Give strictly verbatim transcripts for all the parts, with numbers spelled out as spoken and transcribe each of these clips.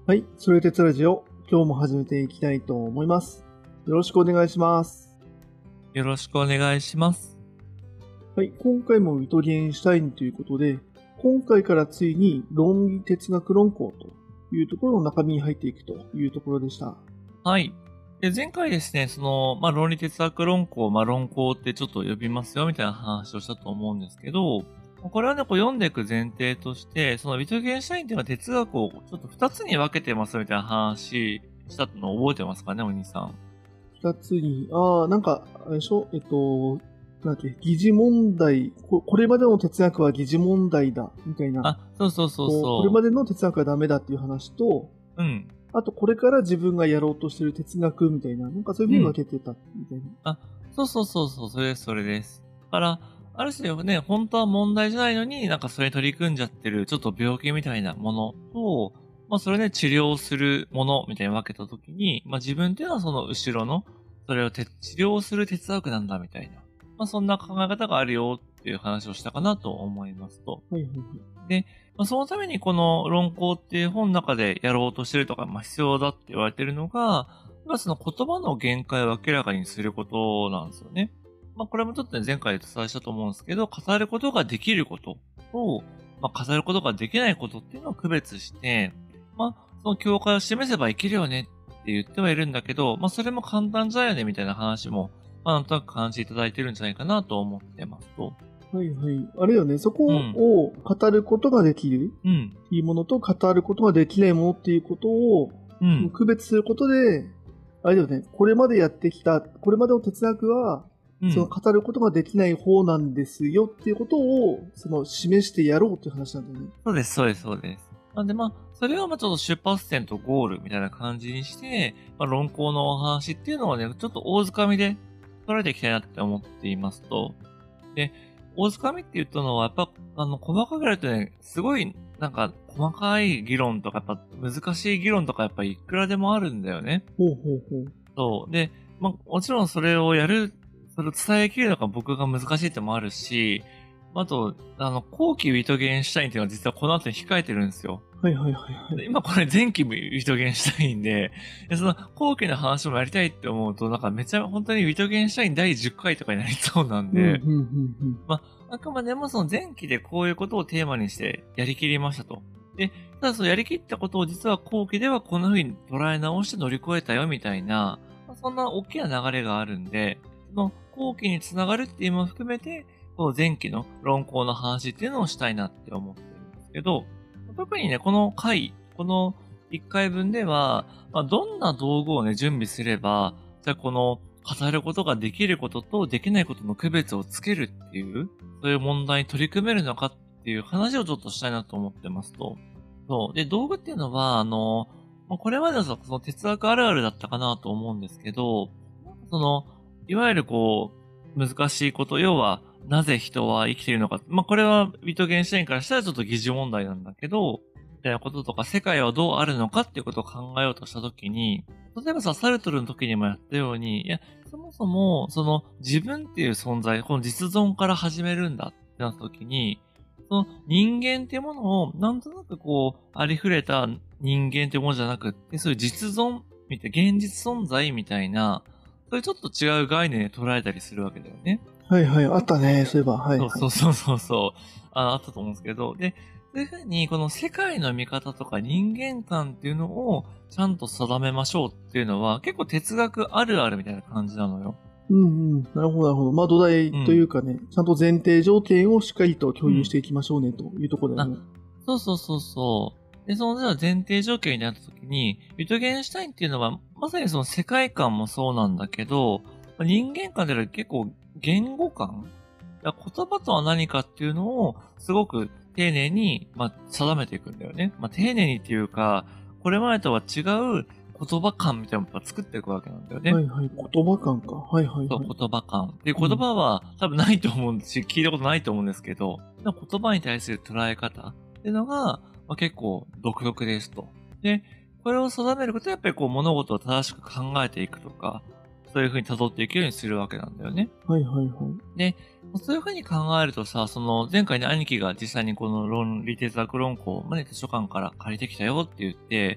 はい、それ鉄ラジオ、今日も始めていきたいと思います。よろしくお願いします。 よろしくお願いします。 はい、今回もウィトゲンシュタインということで、今回からついに論理哲学論考というところの中身に入っていくというところでした。 はい。で、前回ですね、その、まあ、論理哲学論考、まあ、論考ってちょっと呼びますよみたいな話をしたと思うんですけど、これはね、こう読んでいく前提として、そのウィトゲンシュタインっていうのは哲学をちょっと二つに分けてますみたいな話したのを覚えてますかね、お兄さん。 二つに、ああ、なんか、あれでしょ、えっと、なんだっけ、疑似問題こ、これまでの哲学は疑似問題だ、みたいな。 あ、そうそうそうそう。 ここれまでの哲学はダメだっていう話と、 うん。 あと、これから自分がやろうとしてる哲学みたいな、なんかそういうふうに分けてたみたいな。うん、 あ、そうそうそうそう、それです、それです。だから、ある種ね、本当は問題じゃないのに、なんかそれに取り組んじゃってる、ちょっと病気みたいなものと、まあそれで治療するものみたいに分けたときに、まあ自分っていうのはその後ろの、それをて治療する哲学なんだみたいな。まあそんな考え方があるよっていう話をしたかなと思いますと。 はいはいはい。 で、まあ、そのためにこの論考っていう本の中でやろうとしてるとか、まあ必要だって言われてるのが、まあその言葉の限界を明らかにすることなんですよね。まあこれもちょっとね、前回お伝えしたと思うんですけど、語ることができることと、まあ語ることができないことっていうのを区別して、まあその境界を示せばいけるよねって言ってはいるんだけど、まあそれも簡単じゃよねみたいな話も、まあなんとなく感じていただいてるんじゃないかなと思ってますと。 はいはい。あれよね、そこうん。 を語ることができるうん。 っていうものと語ることができないものっていうことをうん。 区別することで、あれだよね、これまでやってきた、これまでの哲学は、そのうん。 語ることができない方なんですよっていうことを、その示してやろうっていう話なんだよね。 そうです、そうです、そうです。なんでまあ、それをまあちょっと出発点とゴールみたいな感じにして、まあ論考のお話っていうのをね、ちょっと大掴みで捉えていきたいなって思っていますと。で、大掴みって言ったのは、やっぱ、あの、細かくやるとね、すごい、なんか、細かい議論とか、やっぱ難しい議論とか、やっぱいくらでもあるんだよね。 ほうほうほう。 そう。で、まあ、もちろんそれをやる、それを伝えきるのが僕が難しいってのもあるし、あと、あの、後期ウィトゲンシュタインっていうのは実はこの後に控えてるんですよ。 はいはいはいはい。 で今これ前期ウィトゲンシュタインで、でその後期の話もやりたいって思うと、なんかめちゃ本当にウィトゲンシュタインだいじゅっかいとかになりそうなんうん、うん、うで、 ん、うん。 まあ、あくまでもその前期でこういうことをテーマにしてやりきりましたと。で、ただそのやりきったことを実は後期ではこんな風に捉え直して乗り越えたよみたいな、まあ、そんな大きな流れがあるんで、その後期につながるっていうのも含めて、この前期の論考の話っていうのをしたいなって思ってるんですけど、特にね、この回、このいっかいぶんでは、まあ、どんな道具をね、準備すれば、じゃあこの語ることができることとできないことの区別をつけるっていう、そういう問題に取り組めるのかっていう話をちょっとしたいなと思ってますと。そう。で、道具っていうのは、あの、まあこれまではその哲学あるあるだったかなと思うんですけど、その、いわゆるこう、難しいこと、要は、なぜ人は生きているのか。まあ、これは、ウィトゲンシュタインからしたらちょっと疑似問題なんだけど、みたいなこととか、世界はどうあるのかっていうことを考えようとしたときに、例えばさ、サルトルの時にもやったように、いや、そもそも、その、自分っていう存在、この実存から始めるんだってなった時に、その人間っていうものを、なんとなくこう、ありふれた人間っていうものじゃなくって、そういう実存、みたいな、現実存在みたいな、そういうちょっと違う概念で捉えたりするわけだよね。 はいはい、あったね、そういえば。はいはい。 そうそうそうそう。あ、あったと思うんですけど、で、そういうふうに、この世界の見方とか人間観っていうのをちゃんと定めましょうっていうのは、結構哲学あるあるみたいな感じなのよ。 うんうん。なるほど、なるほど。まあ土台というかね、うん、ちゃんと前提条件をしっかりと共有していきましょうね、というところだよね。 そうそうそうそう。で、その、じゃあ前提条件になった時に、ウィトゲンシュタインっていうのは、まさにその世界観もそうなんだけど、人間観である結構言語観、言葉とは何かっていうのを、すごく丁寧に、まあ、定めていくんだよね。まあ、丁寧にっていうか、これまでとは違う言葉感みたいなのを作っていくわけなんだよね。 はいはい。言葉感か。はいはいはい。 そう、言葉感。で、言葉は、うん、多分ないと思うんですし、聞いたことないと思うんですけど、言葉に対する捉え方っていうのが、まあ、結構独特ですと。で、これを定めることはやっぱりこう物事を正しく考えていくとか、そういう風に辿っていけるようにするわけなんだよね。 はいはいはい。 で、そういう風に考えるとさ、その前回ね、兄貴が実際にこの論理哲学論考を、まあね、図書館から借りてきたよって言って、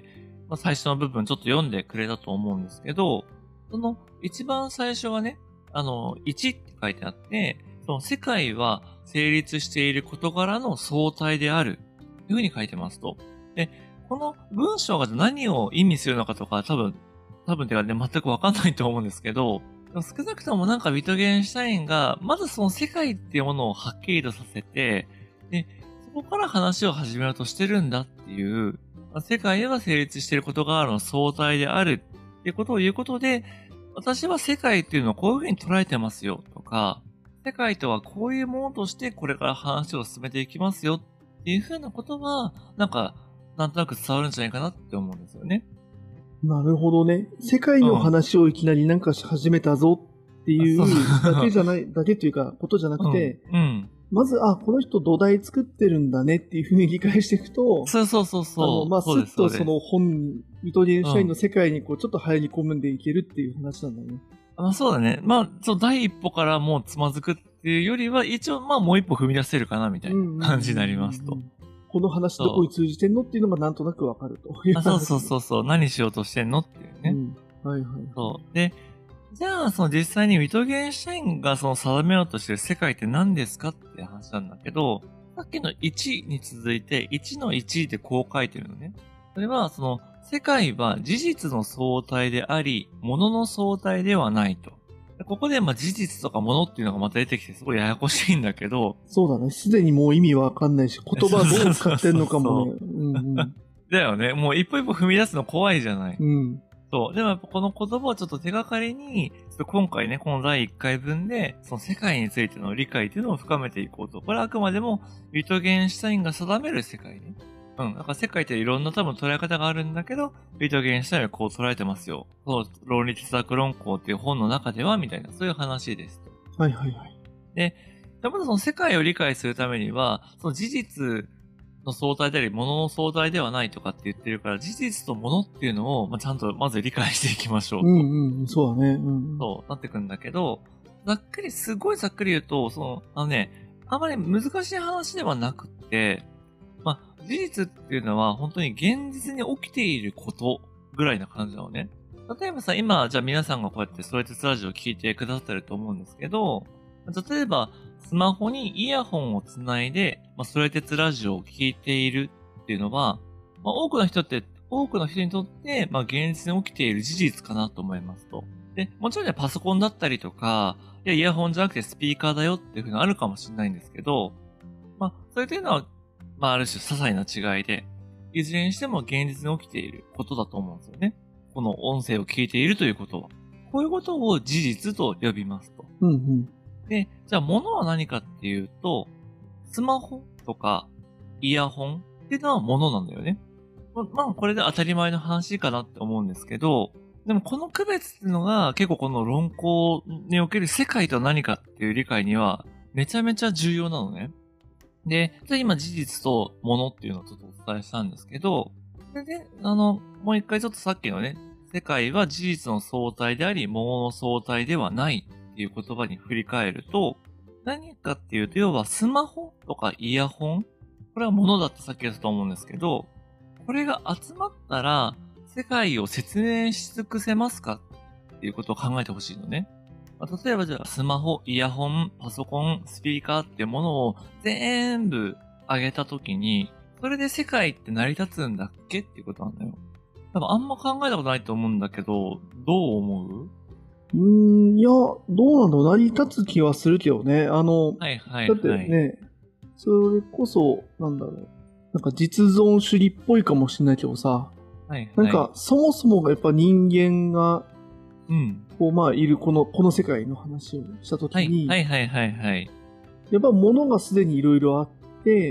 まあ、最初の部分ちょっと読んでくれたと思うんですけど、その一番最初はね、あの、いちって書いてあって、その世界は成立している事柄の相対である。というふうに書いてますと。で、この文章が何を意味するのかとか多分、多分てかね、全くわかんないと思うんですけど、少なくともなんかビトゲンシュタインが、まずその世界っていうものをはっきりとさせて、で、そこから話を始めようとしてるんだっていう、世界では成立している事柄の相対であるっていうことを言うことで、私は世界っていうのをこういうふうに捉えてますよとか、世界とはこういうものとしてこれから話を進めていきますよっていうふうなことは、なんか、なんとなく伝わるんじゃないかなって思うんですよね。 なるほどね。世界の話をいきなりなんかし始めたぞっていうだけじゃない、だけというか、ことじゃなくて、 うん。うん、 まず、あ、この人土台作ってるんだねっていうふうに理解していくと、 そうそうそうそう。 あの、まあ、スそうですッとその本、ビトゲンシュタインの世界にこう、ちょっと入り込むんでいけるっていう話なんだね。 まあそうだね。まあ、そう、第一歩からもうつまずくっていうよりは、一応、まあもう一歩踏み出せるかな、みたいな感じになりますと。 この話どこに通じてんのっていうのがなんとなくわかるという。 あ、そうそうそうそう。何しようとしてんのっていうね。 うん、はいはい。 そう。で、じゃあ、その実際にウィトゲンシュタインがその定めようとしてる世界って何ですかっていう話なんだけど、さっきのいちに続いて、いちのいちでこう書いてるのね。それは、その、世界は事実の相対であり、物の相対ではないと。ここで、まあ、事実とか物っていうのがまた出てきて、すごいややこしいんだけど。 そうだね。すでにもう意味わかんないし、言葉どう使ってんのかもね。うんうん、 だよね。もう一歩一歩踏み出すの怖いじゃない。 うん。 そう。でもやっぱこの言葉をちょっと手がかりに、ちょっと今回ね、このだいいっかいぶんで、その世界についての理解っていうのを深めていこうと。これはあくまでも、ウィトゲンシュタインが定める世界ね。うん。だから世界っていろんな多分捉え方があるんだけど、ウィトゲンシュタインはこう捉えてますよ。そう、論理哲学論考っていう本の中では、みたいな、そういう話です。 はいはいはい。 で、やっぱりその世界を理解するためには、その事実の相対であり、物の相対ではないとかって言ってるから、事実と物っていうのを、まあ、ちゃんとまず理解していきましょうと。 うんうん、そうだね。うん、 そう、なってくんだけど、ざっくり、すごいざっくり言うと、その、あのね、あまり難しい話ではなくて、まあ、事実っていうのは本当に現実に起きていることぐらいな感じなのね。例えばさ、今、じゃあ皆さんがこうやってソレテツラジオを聞いてくださってると思うんですけど、例えば、スマホにイヤホンをつないで、まあ、ソレテツラジオを聞いているっていうのは、まあ、多くの人って、多くの人にとって、まあ、現実に起きている事実かなと思いますと。で、もちろんね、パソコンだったりとか、いや、イヤホンじゃなくてスピーカーだよっていうふうにあるかもしれないんですけど、まあ、それというのは、まあ、ある種、些細な違いで、いずれにしても現実に起きていることだと思うんですよね。この音声を聞いているということは。こういうことを事実と呼びますと。 うんうん。 で、じゃあ物は何かっていうと、スマホとかイヤホンっていうのは物なんだよね。ま、まあこれで当たり前の話かなって思うんですけど、でもこの区別っていうのが結構この論考における世界とは何かっていう理解にはめちゃめちゃ重要なのね。で、じゃあ今事実と物っていうのをちょっとお伝えしたんですけど、それで、あの、もう一回ちょっとさっきのね、世界は事実の相対であり、物の相対ではないっていう言葉に振り返ると、何かっていうと、要はスマホとかイヤホン、これは物だってさっき言ったと思うんですけど、これが集まったら、世界を説明し尽くせますかっていうことを考えてほしいのね。例えばじゃあ、スマホ、イヤホン、パソコン、スピーカーっていうものを全部上げたときに、それで世界って成り立つんだっけっていうことなんだよ。多分あんま考えたことないと思うんだけど、どう思う？ うーん、いや、どうなんだろう、成り立つ気はするけどね。あの、 はいはいはい。 だってね、それこそ、なんだろう、なんか実存主義っぽいかもしれないけどさ、 はいはい、 なんかそもそもがやっぱ人間が、 うん。 こうまあいるこの、この世界の話をしたときに、 はいはいはいはいはい。 やっぱ物がすでにいろいろあって、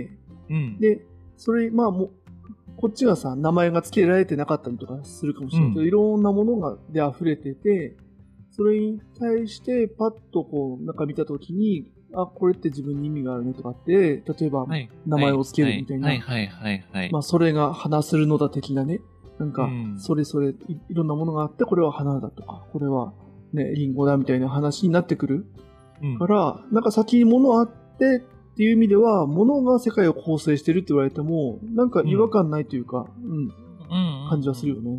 うん。 で、それ、まあもこっちがさ、名前が付けられてなかったりとかするかもしれないけど、うん、いろんなものがで溢れてて、それに対してパッとこう、なんか見たときに、あ、これって自分に意味があるねとかって、例えば、名前を付けるみたいな。 はいはいはいはい。 まあ、それが花するのだ的なね。なんか、それぞれいろんなものがあって、これは花だとか、これはね、リンゴだみたいな話になってくる。うん、から、なんか先に物あってっていう意味では、物が世界を構成してるって言われても、なんか違和感ないというか、うん。うん、 感じはするよね。うん。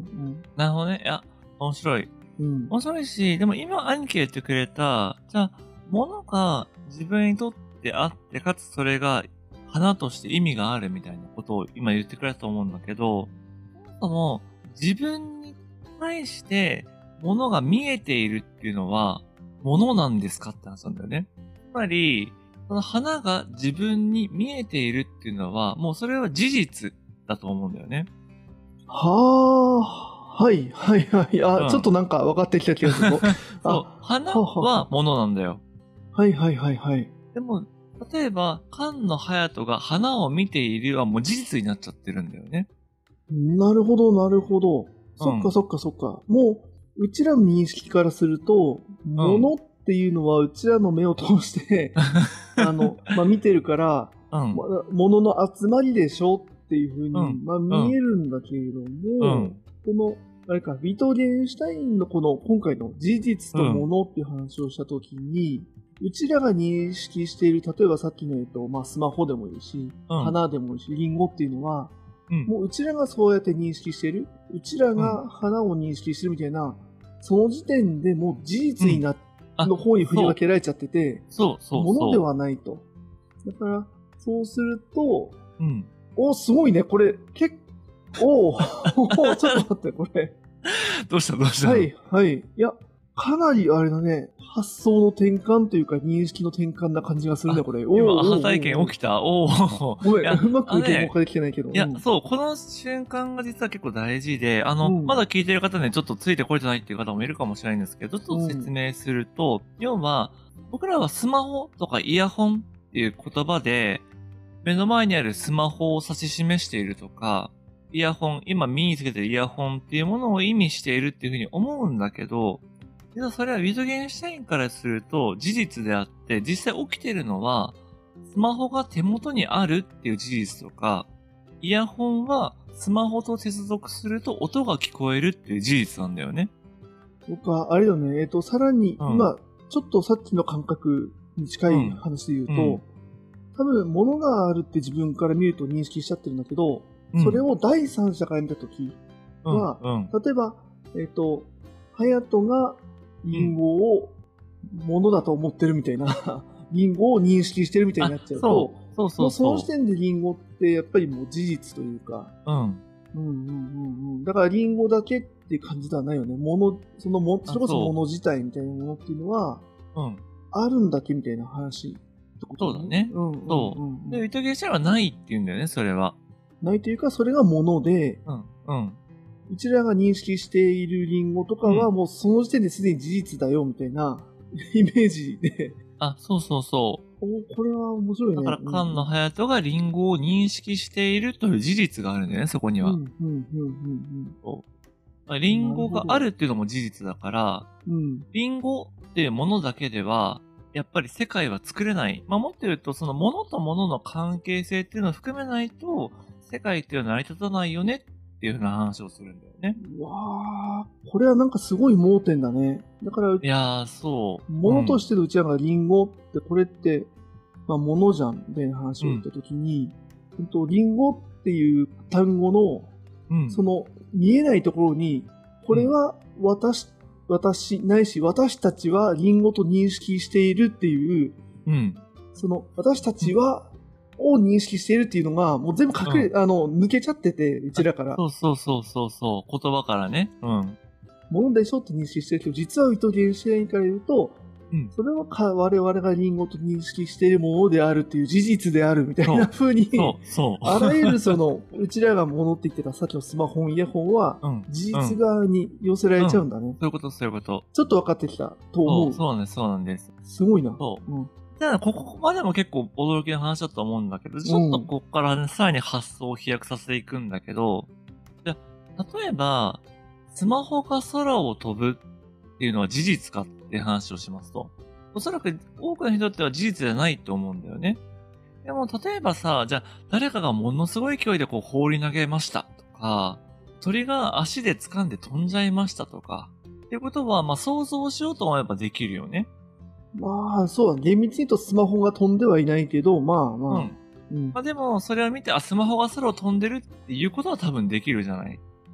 なるほどね。いや、面白い。 うん。 面白いし、でも今兄貴が言ってくれた、じゃあ、物が自分にとってあって、かつそれが花として意味があるみたいなことを今言ってくれたと思うんだけど、そもそも自分に対して物が見えているっていうのは、物なんですかって話なんだよね。つまり、その花が自分に見えているっていうのは、もうそれは事実だと思うんだよね。 はあ、はい、はい、はい。あ、 うんちょっとなんか分かってきた気がするぞ。 そう、 あ、 花はははは。 物なんだよ。 はい、はい、はい、はい。 でも、例えば、菅野隼人が花を見ているはもう事実になっちゃってるんだよね。 なるほど、なるほど。そっか、 うん。 そっか、そっか。もう、うちらの認識からすると、物っていうのはうちらの目を通して、あの、まあ、見てるから、 うん。 ま物の集まりでしょっていうふうに、 うんまあ、見えるんだけれども、 うんこの、あれか、ビトゲンシュタインのこの今回の事実と物っていう話をしたときに、うちらが認識している、例えばさっきの、えっと、まあ、スマホでもいいし、 うん。 花でもいいし、リンゴっていうのは、 うん。 もううちらがそうやって認識している、うちらが花を認識してるみたいな、その時点でもう事実にな、 あ、 の方に振り分けられちゃってて、 そうそうそう。 物ではないと。だから、そうすると、 うん。 お、すごいね、これ、結構、おーちょっと待って、これ。 どうしたどうしたの？ はい、はい。いや、かなりあれだね、発想の転換というか認識の転換な感じがするね、これ。おー今、 おーおーアハ体験起きた。おお。 ごめん、 いや、 うまくあのね言語化できてないけど。 いやう、んそう、この瞬間が実は結構大事で、あの、 うんまだ聞いてる方ね、ちょっとついてこれてないっていう方もいるかもしれないんですけど、ちょっと説明すると、要は、僕らはスマホとかイヤホンっていう言葉で、目の前にあるスマホを指し示しているとか、イヤホン、今耳につけてるイヤホンっていうものを意味しているっていうふうに思うんだけど、実はそれはウィトゲンシュタインからすると事実であって、実際起きてるのは、スマホが手元にあるっていう事実とか、イヤホンはスマホと接続すると音が聞こえるっていう事実なんだよね。 とか、あれよね、えっと、さらに、 うん今、ちょっとさっきの感覚に近い話で言うと、 うん多分、物があるって自分から見ると認識しちゃってるんだけど、 うんそれを第三者から見たときは、 うんうん例えば、えっと、ハヤトがリンゴを物だと思ってるみたいな、リンゴを認識してるみたいになっちゃうと、 そうそうそうもうそのそ時点でリンゴってやっぱりもう事実というか、 う。うん。 うんうんうんうん。だからリンゴだけっていう感じではないよね。物、そのも、それこそそう物自体みたいなものっていうのは、 うん。 あるんだけみたいな話ってことそうだね。 うんうんうんそう。で、ウィトゲンシュタインはないって言うんだよね、それは。 ないというか、それが物で、 うん。うん。 うちらが認識しているリンゴとかは、もうその時点ですでに事実だよみたいなイメージで、 あ、そうそうそう。 おこれは面白いね。 だから、菅野隼人がリンゴを認識しているという事実があるんだよね、そこには。 うんうんうんうんそうリンゴがあるっていうのも事実だから、 うん。うん。 リンゴっていうものだけでは、やっぱり世界は作れない。まあ、もっと言うと、そのものとものの関係性っていうのを含めないと、世界っていうのは成り立たないよねっていうふうな話をするんだよね。 うわー、これはなんかすごい盲点だね。だから、 いやー、そう。 物としてのうちらがリンゴって、これって、まあ、物じゃんみたいな話を言ったときに、うんと、リンゴっていう単語の、 うん、 その見えないところに、これは私、私、ないし私たちはリンゴと認識しているっていう、 うん、 その私たちは、を認識しているっていうのが、もう全部隠れ、 うあの、抜けちゃってて、うちらから。 そうそうそうそうそう、言葉からね。うん。 ものでしょって認識してるけど、実はウィトゲンシュタインから言うと、 うん、 それはか我々がリンゴと認識しているものであるっていう事実であるみたいな風に、 そう、そう。 あらゆるその、うちらがものって言ってたさっきのスマホ、イヤホンは、 うん、 事実側に寄せられちゃうんだね。 そういうこと、そういうこと。 ちょっと分かってきたとそう、 思う。 そうなんです、そうなんです。 すごいな。 そう。 うん。 ただ、ここまでも結構驚きの話だと思うんだけど、ちょっとここからね、さらに発想を飛躍させていくんだけど、じゃ例えば、スマホが空を飛ぶっていうのは事実かって話をしますと、おそらく多くの人にとっては事実じゃないと思うんだよね。でも、例えばさ、じゃあ、誰かがものすごい勢いでこう放り投げましたとか、鳥が足で掴んで飛んじゃいましたとか、っていうことは、まあ想像しようと思えばできるよね。 まあ、そうだ。厳密に言うとスマホが飛んではいないけど、まあまあ。 うん。 うん。 まあでも、それを見て、あ、スマホが空を飛んでるっていうことは多分できるじゃない。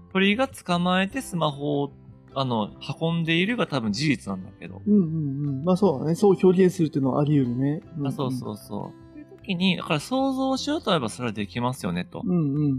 鳥が捕まえてスマホを、あの、運んでいるが多分事実なんだけど。 うんうんうん。まあそうだね。そう表現するっていうのはあり得るね。うんうん、 あ、そうそうそう。という時に、だから想像しようと思えばそれはできますよね、と。 うんうんうんうん。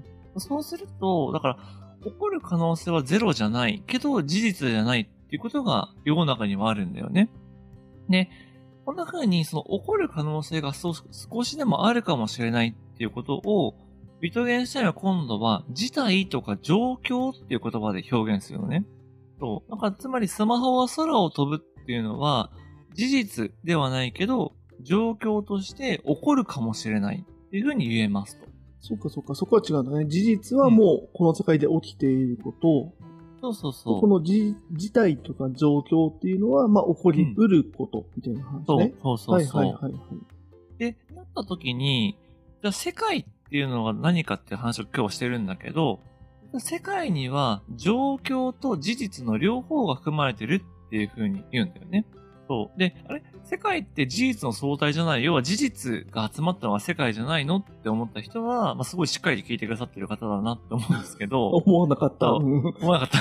そうすると、だから、起こる可能性はゼロじゃないけど、事実じゃないっていうことが世の中にはあるんだよね。で、こんな風にその起こる可能性が少しでもあるかもしれないっていうことを、ビトゲンシュタインは今度は事態とか状況っていう言葉で表現するのね。そう。だからつまりスマホは空を飛ぶっていうのは事実ではないけど、状況として起こるかもしれないっていう風に言えますと。 そっかそっか、そこは違うんだね。事実はもうこの世界で起きていること、 そうそうそう。 この事事態とか状況っていうのは、まあ起こりうることみたいな話ね。 そう、そうそうそう。 はいはいはい、はい。 で、なった時に、じゃあ世界っていうのは何かっていう話を今日してるんだけど、世界には状況と事実の両方が含まれてるっていう風に言うんだよね。そう。で、あれ世界って事実の相対じゃない、要は事実が集まったのは世界じゃないのって思った人は、まあ、すごいしっかり聞いてくださってる方だなって思うんですけど。 思わなかった。 思わなかった。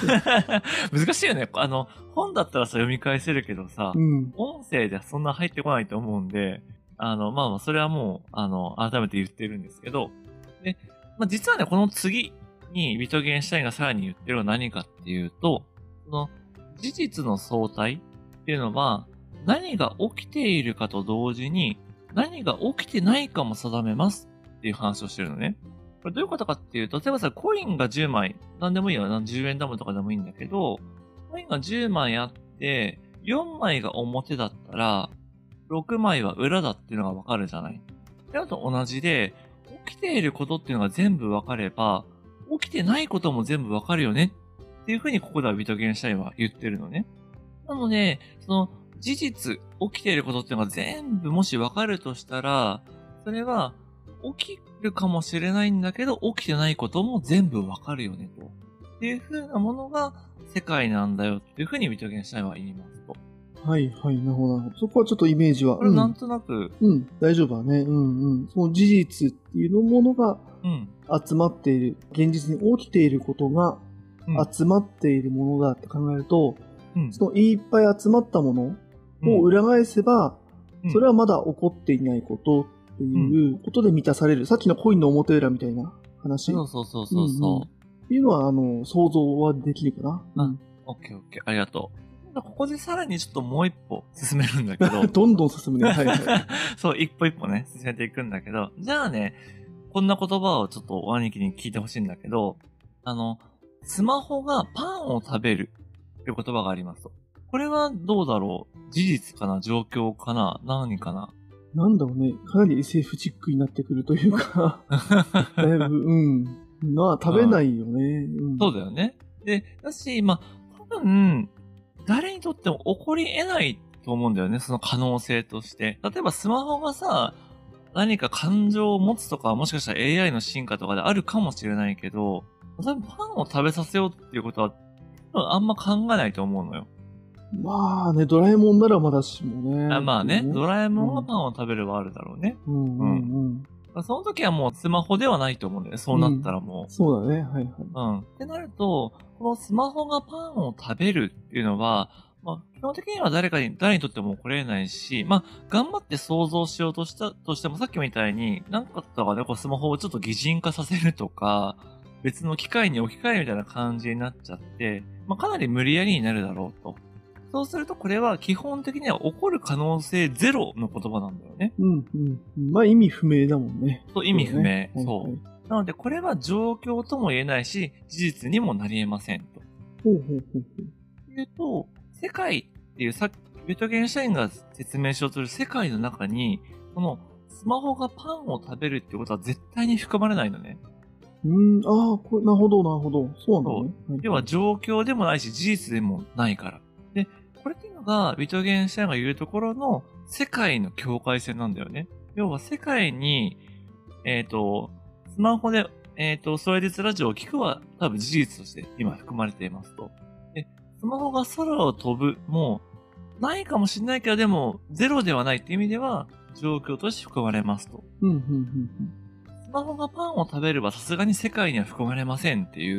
難しいよね。あの、本だったらさ、読み返せるけどさ、 うん、 音声ではそんな入ってこないと思うんで、あの、まあまあ、それはもう、あの、改めて言ってるんですけど、で、まあ実はね、この次にビトゲンシュタインがさらに言ってるのは何かっていうと、その、事実の相対っていうのは、何が起きているかと同時に、何が起きてないかも定めますっていう話をしてるのね。これどういうことかっていうと、例えばさ、コインがじゅうまい、なんでもいいよ、じゅうえん玉とかでもいいんだけど、コインがじゅうまいあって、よんまいが表だったら、ろくまいは裏だっていうのがわかるじゃない。それと同じで、起きていることっていうのが全部わかれば、起きてないことも全部わかるよねっていうふうにここではビトゲンシュタインは言ってるのね。なので、その事実、起きていることっていうのが全部もしわかるとしたら、それは起きるかもしれないんだけど、起きてないことも全部わかるよねと。っていうふうなものが世界なんだよっていうふうにビトゲンシュタインは言いますと。 はいはい、なるほどなるほど。そこはちょっとイメージは。 これなんとなく、 うん、うん、大丈夫だね。うんうん。その事実っていうのものが集まっている、現実に起きていることが集まっているものだって考えると、うん、そのいっぱい集まったものを裏返せば、うん、それはまだ起こっていないことっていうことで満たされる。うん、さっきのコインの表裏みたいな話。 そうそうそうそうそう、うんうん。 っていうのは、あの、想像はできるかな。 うん。オッケーオッケー。ありがとう。ここでさらにちょっともう一歩進めるんだけど。 どんどん進むね。はいはい。 そう、一歩一歩ね、進めていくんだけど。じゃあね、こんな言葉をちょっとお兄貴に聞いてほしいんだけど、あの、スマホがパンを食べるっていう言葉がありますと。これはどうだろう？事実かな？状況かな？何かな？ なんだろうね。かなり エスエフ チックになってくるというか、だいぶ、うん。まあ、食べないよね、 うん。そうだよね。で、だし、まあ、多分、誰にとっても起こり得ないと思うんだよね、その可能性として。例えばスマホがさ、何か感情を持つとか、もしかしたら エーアイ の進化とかであるかもしれないけど、多分パンを食べさせようっていうことは、あんま考えないと思うのよ。 まあね、ドラえもんならまだしもね。 あまあね、ドラえもんがパンを食べればあるだろうね。 うんうんうん。 その時はもうスマホではないと思うんだよね。そうなったらもう。 うん、そうだね。はいはい。 うん。ってなると、このスマホがパンを食べるっていうのは、まあ、基本的には誰かに、誰にとっても起これないし、まあ、頑張って想像しようとしたとしても、さっきみたいに、なんかとかね、こうスマホをちょっと擬人化させるとか、別の機械に置き換えるみたいな感じになっちゃって、まあ、かなり無理やりになるだろうと。そうすると、これは基本的には起こる可能性ゼロの言葉なんだよね。 うんうん。まあ、意味不明だもんね。 そう、意味不明。そう,、ねそう、 はいはい。 なので、これは状況とも言えないし、事実にもなり得ませんと。 ほうほうほうほう。 言うと、世界っていう、さっき、ビトゲンシュタインが説明しようとする世界の中に、このスマホがパンを食べるってことは絶対に含まれないのね。 うーん、ああ、これ、なるほど、なるほど。そうなんだね。 はい、要は状況でもないし、事実でもないから。で、これっていうのが、ビトゲンシュタインが言うところの世界の境界線なんだよね。要は世界に、えっと、スマホで、えっと、それでラジオを聞くは多分事実として今含まれていますと。で、スマホが空を飛ぶもないかもしれないけど、でもゼロではないっていう意味では状況として含まれますと。 うんうんうんうん。 スマホがパンを食べればさすがに世界には含まれませんっていう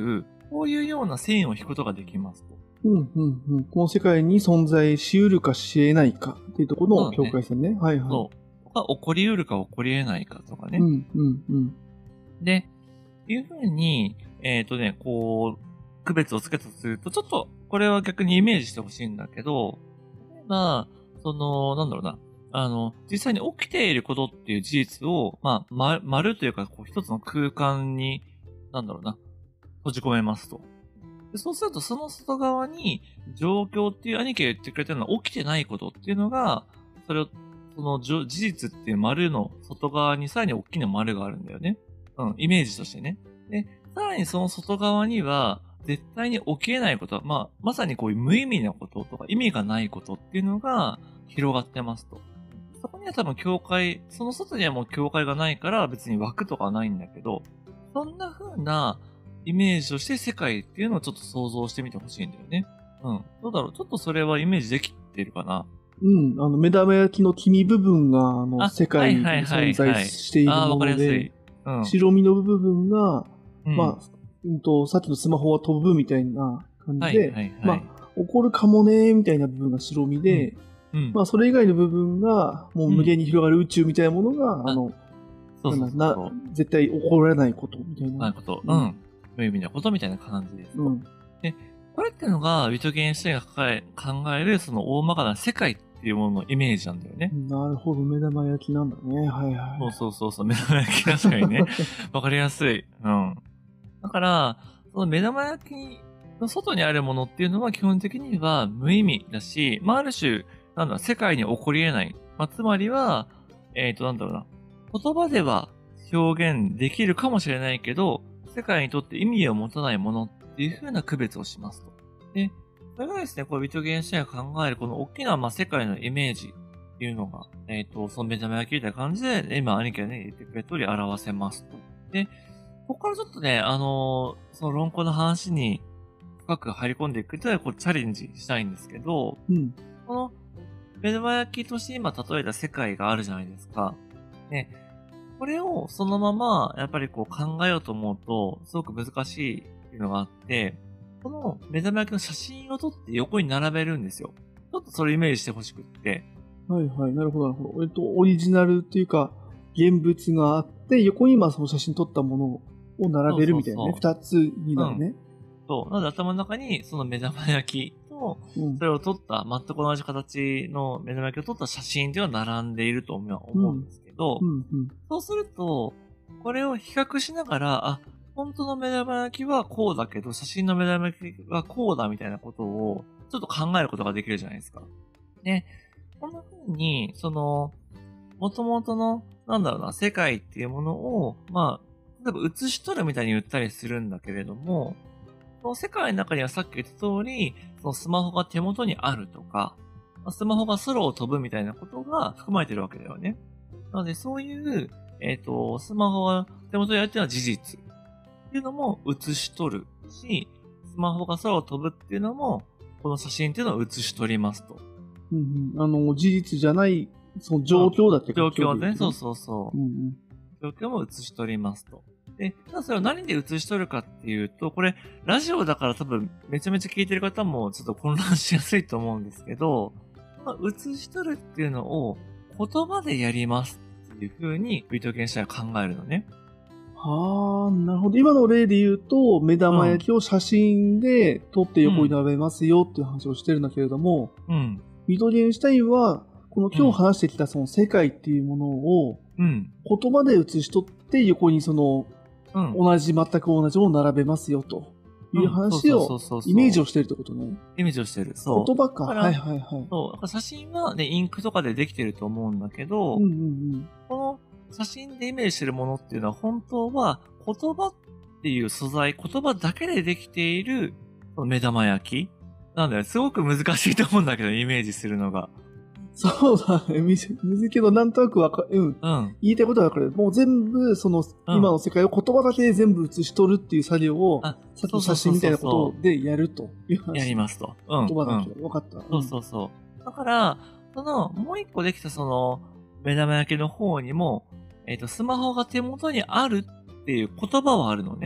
こういうような線を引くことができますと。 うんうんうん。この世界に存在し得るかし得ないかっていうところの境界線ね。はいはい。 そう。が起こり得るか起こり得ないかとかね。 うんうんうん。 で、いうふうに、えっ、とね、こう、区別をつけたとすると、ちょっと、これは逆にイメージしてほしいんだけど、例えば、その、なんだろうな、あの、実際に起きていることっていう事実を、まあ、ま、丸というか、こう、一つの空間に、なんだろうな、閉じ込めますと。でそうすると、その外側に、状況っていう兄貴が言ってくれたのは起きてないことっていうのが、それを、そのじょ事実っていう丸の外側にさらに大きな丸があるんだよね。うん、イメージとしてね。で、さらにその外側には、絶対に起きえないこと、まあ、まさにこういう無意味なこととか意味がないことっていうのが広がってますと。そこには多分境界、その外にはもう境界がないから別に枠とかはないんだけど、そんな風なイメージとして世界っていうのをちょっと想像してみてほしいんだよね。うん。どうだろう、ちょっとそれはイメージできてるかな。 うん、あの、目玉焼きの黄身部分が、あの、 あ世界にはいはいはいはい存在しているああ、わものかりやすい。 で、 うん。 白身の部分が、 うん、 まあ、うんと、さっきのスマホは飛ぶみたいな感はいじで、 はいはい。 まあ、起こるかもね、みたいな部分が白身で、 うん。 まあ、それ以外の部分が、もう無限に広がる宇宙みたいなものが、 ああの、 そうそうそうなんだな、絶対起こらないことみたいな。 なるほど。 ううんん。無意味なことみたいな感じですと。 うん。 で、これっていうのが、ウィトゲンシュタインが考え考える、その大まかな世界っていうもののイメージなんだよね。 なるほど、目玉焼きなんだね。はいはい。 そうそうそうそう、目玉焼き確かにね。わかりやすい。うん。だから、その目玉焼きの外にあるものっていうのは基本的には無意味だし、まあ、ある種、なんだ、世界に起こり得ない。まあ、つまりは、えっ、と、なんだろうな。言葉では表現できるかもしれないけど、世界にとって意味を持たないものっていう風な区別をしますと。で、それがですね、こう、ビトゲンシュタインが考えるこの大きな、まあ、世界のイメージっていうのが、えっ、と、その目玉焼きみたいな感じで、今、兄貴がね、言ってくれた通り表せますと。で、ここからちょっとね、あのーその論考の話に深く入り込んでいくというのは、こう、チャレンジしたいんですけど、 うん。 この、目玉焼きとして今例えた世界があるじゃないですか。ね。これをそのまま、やっぱりこう考えようと思うと、すごく難しいっていうのがあって、この目玉焼きの写真を撮って横に並べるんですよ。ちょっとそれイメージしてほしくって。 はいはい。なるほど、なるほど。えっと、オリジナルっていうか、現物があって、横にまあその写真撮ったものを並べるみたいなね。二つになるね。 そう。なので頭の中にその目玉焼きと、 うん。 それを撮った、全く同じ形の目玉焼きを撮った写真では並んでいると思うんですけど、 うんうん。 そうすると、これを比較しながら、あ、本当の目玉焼きはこうだけど、写真の目玉焼きはこうだみたいなことを、ちょっと考えることができるじゃないですか。ね。こんな風に、その、元々の、なんだろうな、世界っていうものを、まあ、例えば写し取るみたいに言ったりするんだけれども、その世界の中にはさっき言った通り、そのスマホが手元にあるとか、スマホが空を飛ぶみたいなことが含まれてるわけだよね。なので、そういう、えっ、と、スマホが手元にあるっていうのは事実。っていうのも写し取るし、スマホが空を飛ぶっていうのも、この写真っていうのを写し取りますと。 うんうん。あの、事実じゃない、その状況だって状況ね、そうう。 そうそう。 うんうん。 状況も写し取りますと。で、ただそれを何で写し取るかっていうと、これ、ラジオだから多分、めちゃめちゃ聞いてる方もちょっと混乱しやすいと思うんですけど、まあ、写し取るっていうのを言葉でやりますっていう風に、ビートゲンシャイは考えるのね。 はあ、なるほど。今の例で言うと、目玉焼きを写真で撮って横に並べますよっていう話をしてるんだけれども、 うん。 ビトゲンシュタインは、この今日話してきたその世界っていうものを、 うん。 言葉で写し取って横にその、 うん。 同じ、全く同じものを並べますよという話を、イメージをしてるってことね。 イメージをしてる。そう。 言葉か。 だからはいはいはい。 そう。写真はね、インクとかでできてると思うんだけど、 うんうんうん。 この写真でイメージしてるものっていうのは本当は言葉っていう素材、言葉だけでできているその目玉焼きなんだよ。すごく難しいと思うんだけど、イメージするのが。 そうだね。むずいけど、なんとなくわか、うん。 うん。 言いたいことはわかる。もう全部、その、 うん今の世界を言葉だけで全部写し取るっていう作業を、 あ、 さっきの写真みたいなことでやるという話。 やりますと。うん。 言葉だけ。 うんわかった。 そうそうそう。だから、その、もう一個できたその、目玉焼きの方にも、えっと、スマホが手元にあるっていう言葉はあるのね。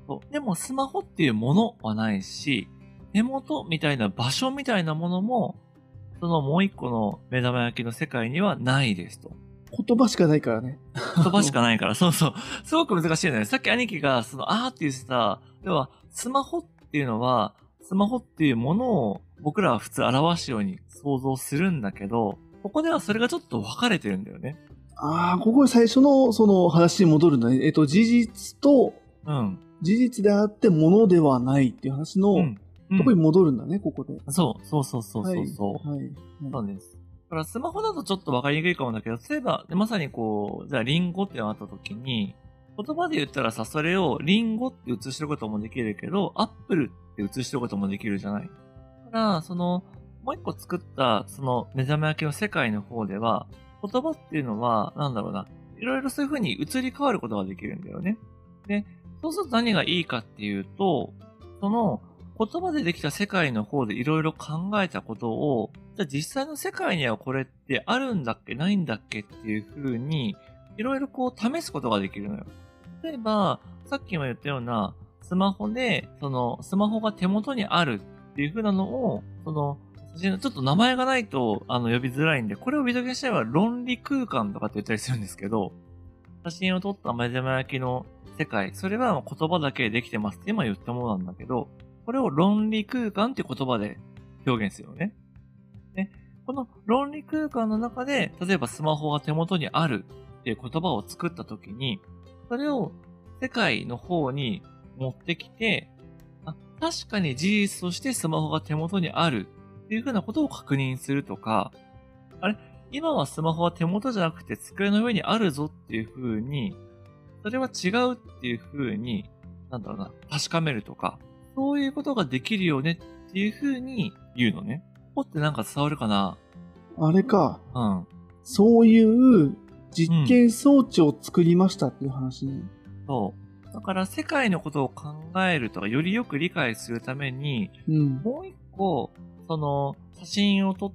そうでもスマホっていうものはないし、手元みたいな場所みたいなものも、そのもう一個の目玉焼きの世界にはないですと。 言葉しかないからね。 言葉しかないから、そうそう。すごく難しいよね。さっき兄貴が、その、あーって言ってた、要は、スマホっていうのは、スマホっていうものを僕らは普通表すように想像するんだけど、ここではそれがちょっと分かれてるんだよね。 ああ、ここで最初のその話に戻るんだね。えっと、事実と、 うん。 事実であってものではないっていう話の、 うん。うん、 とこに戻るんだね、ここで。 そう、そうそうそうそうそう。 はい。はい。 そうです。だからスマホだとちょっと分かりにくいかもだけど、例えば、まさにこう、じゃあリンゴってなった時に、言葉で言ったらさ、それをリンゴって写してることもできるけど、アップルって写してることもできるじゃない。だから、その、もう一個作った、その目玉焼きの世界の方では、言葉っていうのは、なんだろうな、いろいろそういう風に移り変わることができるんだよね。で、そうすると何がいいかっていうと、その、言葉でできた世界の方でいろいろ考えたことを、じゃあ実際の世界にはこれってあるんだっけないんだっけっていう風に、いろいろこう試すことができるのよ。例えば、さっきも言ったような、スマホで、その、スマホが手元にあるっていう風なのを、その、ちょっと名前がないと、あの、呼びづらいんで、これをビデオゲームしたいは論理空間とかって言ったりするんですけど、写真を撮った目玉焼きの世界、それは言葉だけでできてますって今言ったものなんだけど、これを論理空間っていう言葉で表現するよね。で、この論理空間の中で、例えばスマホが手元にあるっていう言葉を作ったときに、それを世界の方に持ってきて、あ、確かに事実としてスマホが手元にあるっていうふうなことを確認するとか、あれ、今はスマホは手元じゃなくて机の上にあるぞっていうふうに、それは違うっていうふうに、なんだろうな、確かめるとか、そういうことができるよねっていうふうに言うのね。ここってなんか伝わるかな？ あれか。 うん。 そういう実験装置を作りましたっていう話ね。 そう。だから世界のことを考えるとか、よりよく理解するために、 うん。 もう一個、その、写真を撮って、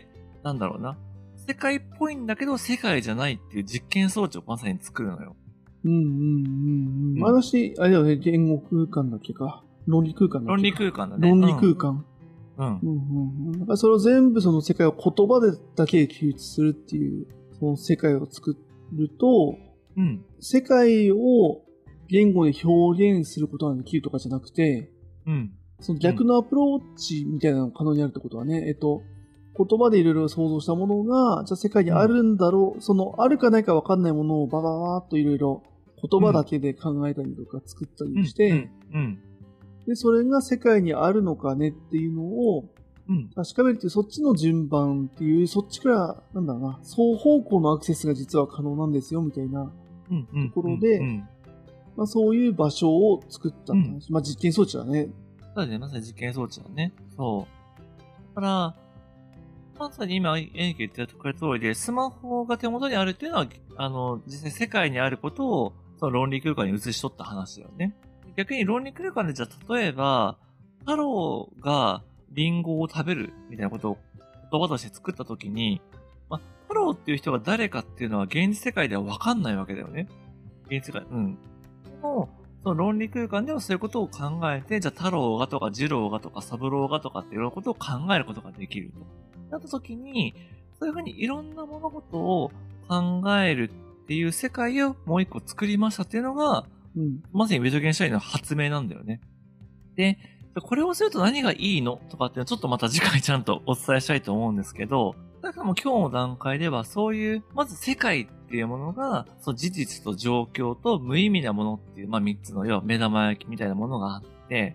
なんだろうな。世界っぽいんだけど、世界じゃないっていう実験装置をまさに作るのよ。 うんうんうんうん。私、あれだよね、言語空間だっけか。論理空間だっけか。 論理空間だね。 論理空間。 うん。うん。 うんうんうん。だからそれを全部その世界を言葉でだけで記述するっていう、その世界を作ると、 うん。 世界を言語で表現することができるとかじゃなくて、 うん。 その逆のアプローチみたいなのが可能になるってことはね、えっと、言葉でいろいろ想像したものが、じゃあ世界にあるんだろう、うん、そのあるかないか分かんないものをバババーっといろいろ言葉だけで考えたりとか作ったりして、 うんうんうん、 で、それが世界にあるのかねっていうのを確かめるっていう、そっちの順番っていう、そっちから、なんだろうな、双方向のアクセスが実は可能なんですよみたいなところで、まあ、そういう場所を作ったって話、うん、まあ実験装置だね。 そうだね、まさに実験装置だね。そう。だから、まさに今、エンキ言ってくれた通りで、スマホが手元にあるっていうのは、あの、実際世界にあることを、その論理空間に移し取った話だよね。逆に論理空間でじゃあ、例えば、太郎がリンゴを食べるみたいなことを言葉として作ったときに、まあ、太郎っていう人が誰かっていうのは現実世界では分かんないわけだよね。現実世界。うん。でも、その論理空間ではそういうことを考えて、じゃあ太郎がとか二郎がとか三郎がとかっていうことを考えることができると。なったときに、そういうふうにいろんな物事を考えるっていう世界をもう一個作りましたっていうのが、うん、まさにウィズゲンシュタインの発明なんだよね。で、これをすると何がいいのとかっていうのはちょっとまた次回ちゃんとお伝えしたいと思うんですけど、だからもう今日の段階ではそういう、まず世界っていうものが、そう事実と状況と無意味なものっていう、まあ三つの要は目玉焼きみたいなものがあって、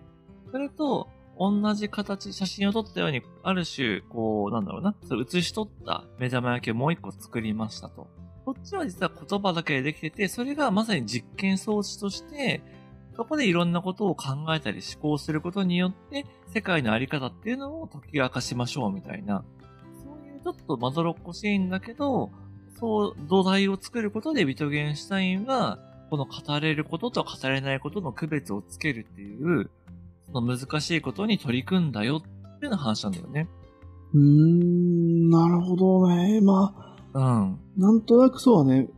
それと同じ形、写真を撮ったように、ある種、こう、なんだろうな、それ写し取った目玉焼きをもう一個作りましたと。こっちは実は言葉だけでできてて、それがまさに実験装置として、そこでいろんなことを考えたり思考することによって、世界のあり方っていうのを解き明かしましょうみたいな、そういうちょっとまどろっこしいんだけど、そう土台を作ることでビトゲンシュタインは、この語れることと語れないことの区別をつけるっていう、その難しいことに取り組んだよっていうような話なんだよね。 うーん、なるほどね。まあ、 うん。 なんとなくそうだね。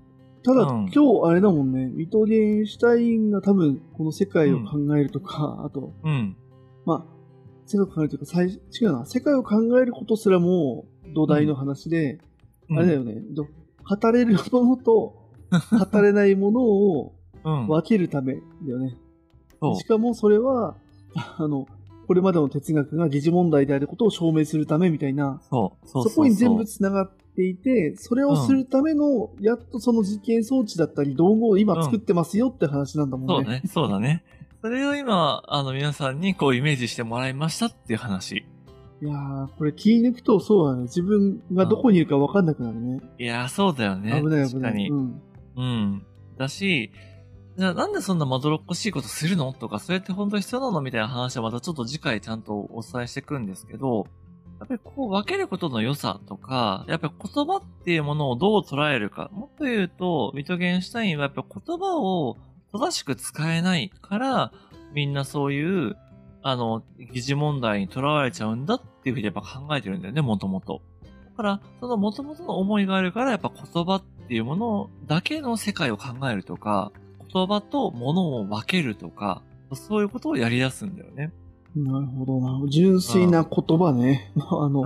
ただ、 うん。 今日あれだもんね、ウィトゲンシュタインが多分この世界を考えるとか、あと、 うん。 まあ、世界を考えるというか、最違うな、世界を考えることすらも土台の話で、 うん。 あれだよね、ど語れるものと語れないものをうん。 分けるためだよね。 そうし。かもそれは、あの、これまでの哲学が疑似問題であることを証明するためみたいな、 そう。そうそそうそう。 こに全部つながっていて、それをするための、やっとその実験装置だったり道具を今作ってますよって話なんだもんね。 そうね。そうだね。それを今、あの、皆さんにこうイメージしてもらいましたっていう話。 いやー、これ気抜くとそうだね。自分がどこにいるか分かんなくなるね。 いやー、そうだよね。 危ない危ない。 確かに。 うん。 うん。だし、じゃあなんでそんなまどろっこしいことするのとか、それって本当に必要なのみたいな話はまたちょっと次回ちゃんとお伝えしていくんですけど、やっぱりこう分けることの良さとか、やっぱり言葉っていうものをどう捉えるか。もっと言うと、ミトゲンシュタインはやっぱ言葉を正しく使えないから、みんなそういう、あの、疑似問題にとらわれちゃうんだっていうふうにやっぱ考えてるんだよね、もともと。だから、その元々の思いがあるから、やっぱ言葉っていうものだけの世界を考えるとか、言葉と物を分けるとか、そういうことをやり出すんだよね。 なるほどな。純粋な言葉ね。あの、 うん。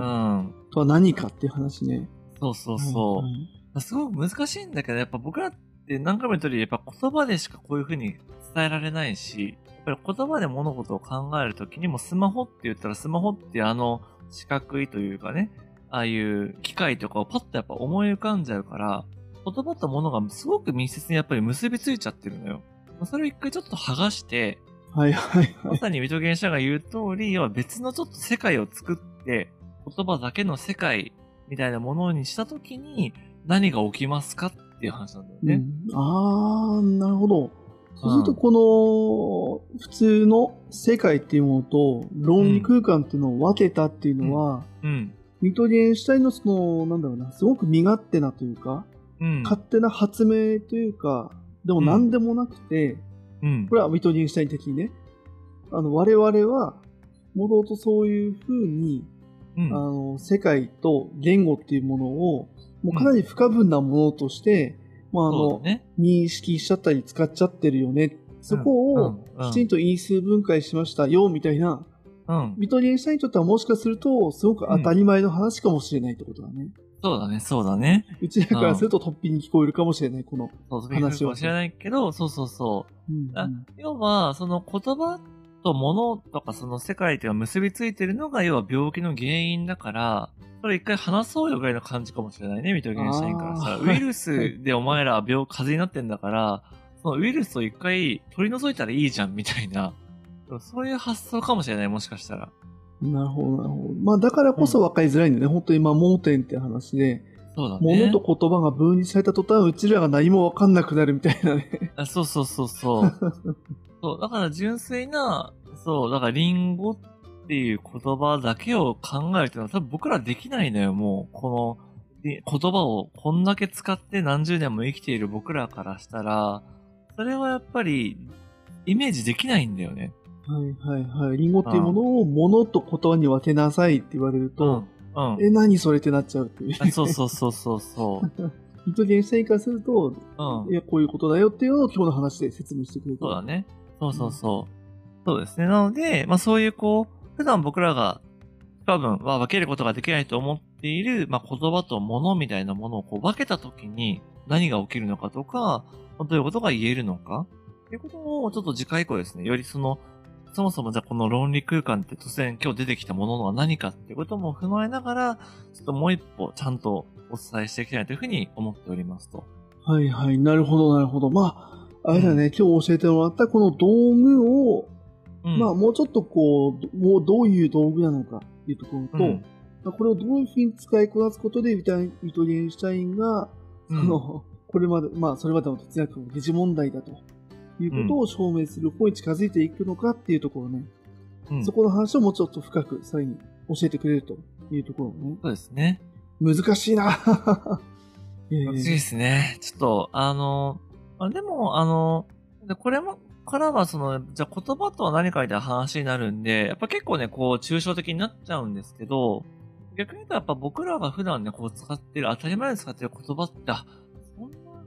とは何かっていう話ね。 そうそうそう。 はいはいすごく難しいんだけど、やっぱ僕らって何回も言った通り、やっぱ言葉でしかこういう風に伝えられないし、やっぱり言葉で物事を考えるときにもスマホって言ったらスマホってあの四角いというかね、ああいう機械とかをパッとやっぱ思い浮かんじゃうから、言葉と物がすごく密接にやっぱり結びついちゃってるのよ。それを一回ちょっと剥がして、 はいはいはい。 まさにミトゲン社が言う通り、要は別のちょっと世界を作って、言葉だけの世界みたいなものにしたときに、何が起きますかっていう話なんだよね。 うん、あー、なるほど。そうすると、 うんこの、普通の世界っていうものと、論理空間っていうのを分けたっていうのは、 うん。 ミトゲンシュタインのその、なんだろうな、すごく身勝手なというか、 うん。 勝手な発明というか、でも何でもなくて、 うんこ。れはミトゲンシュタイン的にね、あの、我々は、もともとそういう風に、 うん。 あの、世界と言語っていうものを、もうかなり不可分なものとして、まあ、あの、 そうだね。 認識しちゃったり使っちゃってるよね。そこをうんうんきちんと因数分解しましたよ、みたいな、 うん。 ミトゲンシュタインにとってはもしかすると、すごく当たり前の話かもしれないってことだね。 そうだね、そうだね。 うちらからすると突飛に聞こえるかもしれない、このそう、話話は。 かもしれないけど、そうそうそう。 うんあ要は、その言葉と物とかその世界というのが結びついてるのが、要は病気の原因だから、それ一回話そうよぐらいの感じかもしれないね、ミトゲンシュタインからしたら。 あーウイルスでお前ら病、風邪になってんだから、そのウイルスを一回取り除いたらいいじゃん、みたいな。そういう発想かもしれない、もしかしたら。 なるほど、なるほど。まあ、だからこそ分かりづらいんだよね。本当に、まあ、盲点って話で、 そうだね。 物と言葉が分離された途端、うちらが何も分かんなくなるみたいなね。 あそうそうそうそう。そう、だから純粋な、そう、だからリンゴっていう言葉だけを考えるっていうのは多分僕らできないのよ、もう。このり言葉をこんだけ使って何十年も生きている僕らからしたら、それはやっぱりイメージできないんだよね。 はいはいはい。リンゴっていうものを物と言葉に分けなさいって言われると、 うん。うん。 え、何それってなっちゃうっていう。 あそうそうそうそうそう。 ミトゲンシュタインからすると、 うん。 いや、こういうことだよっていうのを今日の話で説明してくれた。 そうだね。そうそうそう。そうですね。なので、まあそういうこう、普段僕らが多分は分けることができないと思っている、まあ言葉と物みたいなものをこう分けたときに何が起きるのかとか、どういうことが言えるのかっていうことをちょっと次回以降ですね、よりその、そもそもじゃあこの論理空間って突然今日出てきたものは何かっていうことも踏まえながら、ちょっともう一歩ちゃんとお伝えしていきたいというふうに思っておりますと。 はいはい。なるほどなるほど。まあ、あれだね、今日教えてもらったこの道具を、 うん、 まあもうちょっとこう、もうどういう道具なのかっていうところと、 うんまあこれをどういうふうに使いこなすことで、ビタミトゲンシュタインが、その、これまで、まあそれまでの哲学の疑似問題だということを証明する方に近づいていくのかっていうところね。 うん、 そこの話をもうちょっと深くさらに教えてくれるというところね。 そうですね。 難しいな難しいですね。ちょっと、あの、あでも、あの、でこれも、からは、その、じゃあ言葉とは何かみたいな話になるんで、やっぱ結構ね、こう、抽象的になっちゃうんですけど、逆に言うとやっぱ僕らが普段ね、こう使ってる、当たり前に使ってる言葉って、あそんな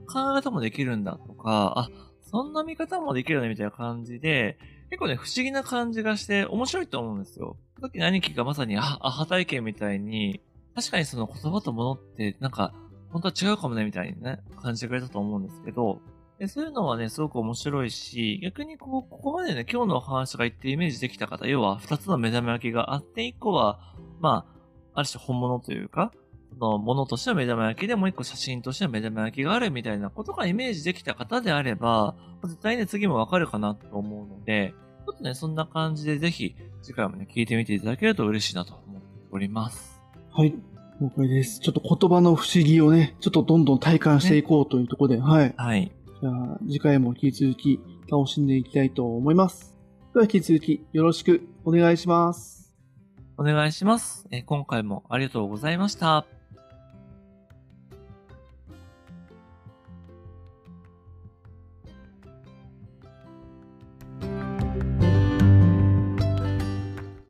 考え方もできるんだとか、あ、そんな見方もできるねみたいな感じで、結構ね、不思議な感じがして面白いと思うんですよ。さっきの兄貴がまさに、あ、アハ体験みたいに、確かにその言葉と物ってなんか、本当は違うかもねみたいにね、感じてくれたと思うんですけど、でそういうのはね、すごく面白いし、逆にこう、ここまでね、今日のお話が言ってイメージできた方、要は二つの目玉焼きがあって、一個は、まあ、ある種本物というか、そのものとしての目玉焼きでもう一個写真としての目玉焼きがあるみたいなことがイメージできた方であれば、絶対ね、次もわかるかなと思うので、ちょっとね、そんな感じでぜひ、次回もね、聞いてみていただけると嬉しいなと思っております。 はい。了解です。ちょっと言葉の不思議をね、ちょっとどんどん体感していこうというところで、ね、はい。 はい。 じゃあ、次回も引き続き楽しんでいきたいと思います。では、引き続きよろしくお願いします。 お願いします。え今回もありがとうございました。